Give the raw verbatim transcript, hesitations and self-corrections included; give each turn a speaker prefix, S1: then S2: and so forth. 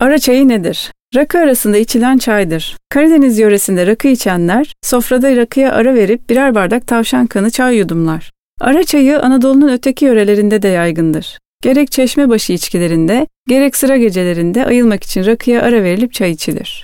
S1: Ara çayı nedir? Rakı arasında içilen çaydır. Karadeniz yöresinde rakı içenler, sofrada rakıya ara verip birer bardak tavşan kanı çay yudumlar. Ara çayı Anadolu'nun öteki yörelerinde de yaygındır. Gerek çeşmebaşı içkilerinde, gerek sıra gecelerinde ayılmak için rakıya ara verilip çay içilir.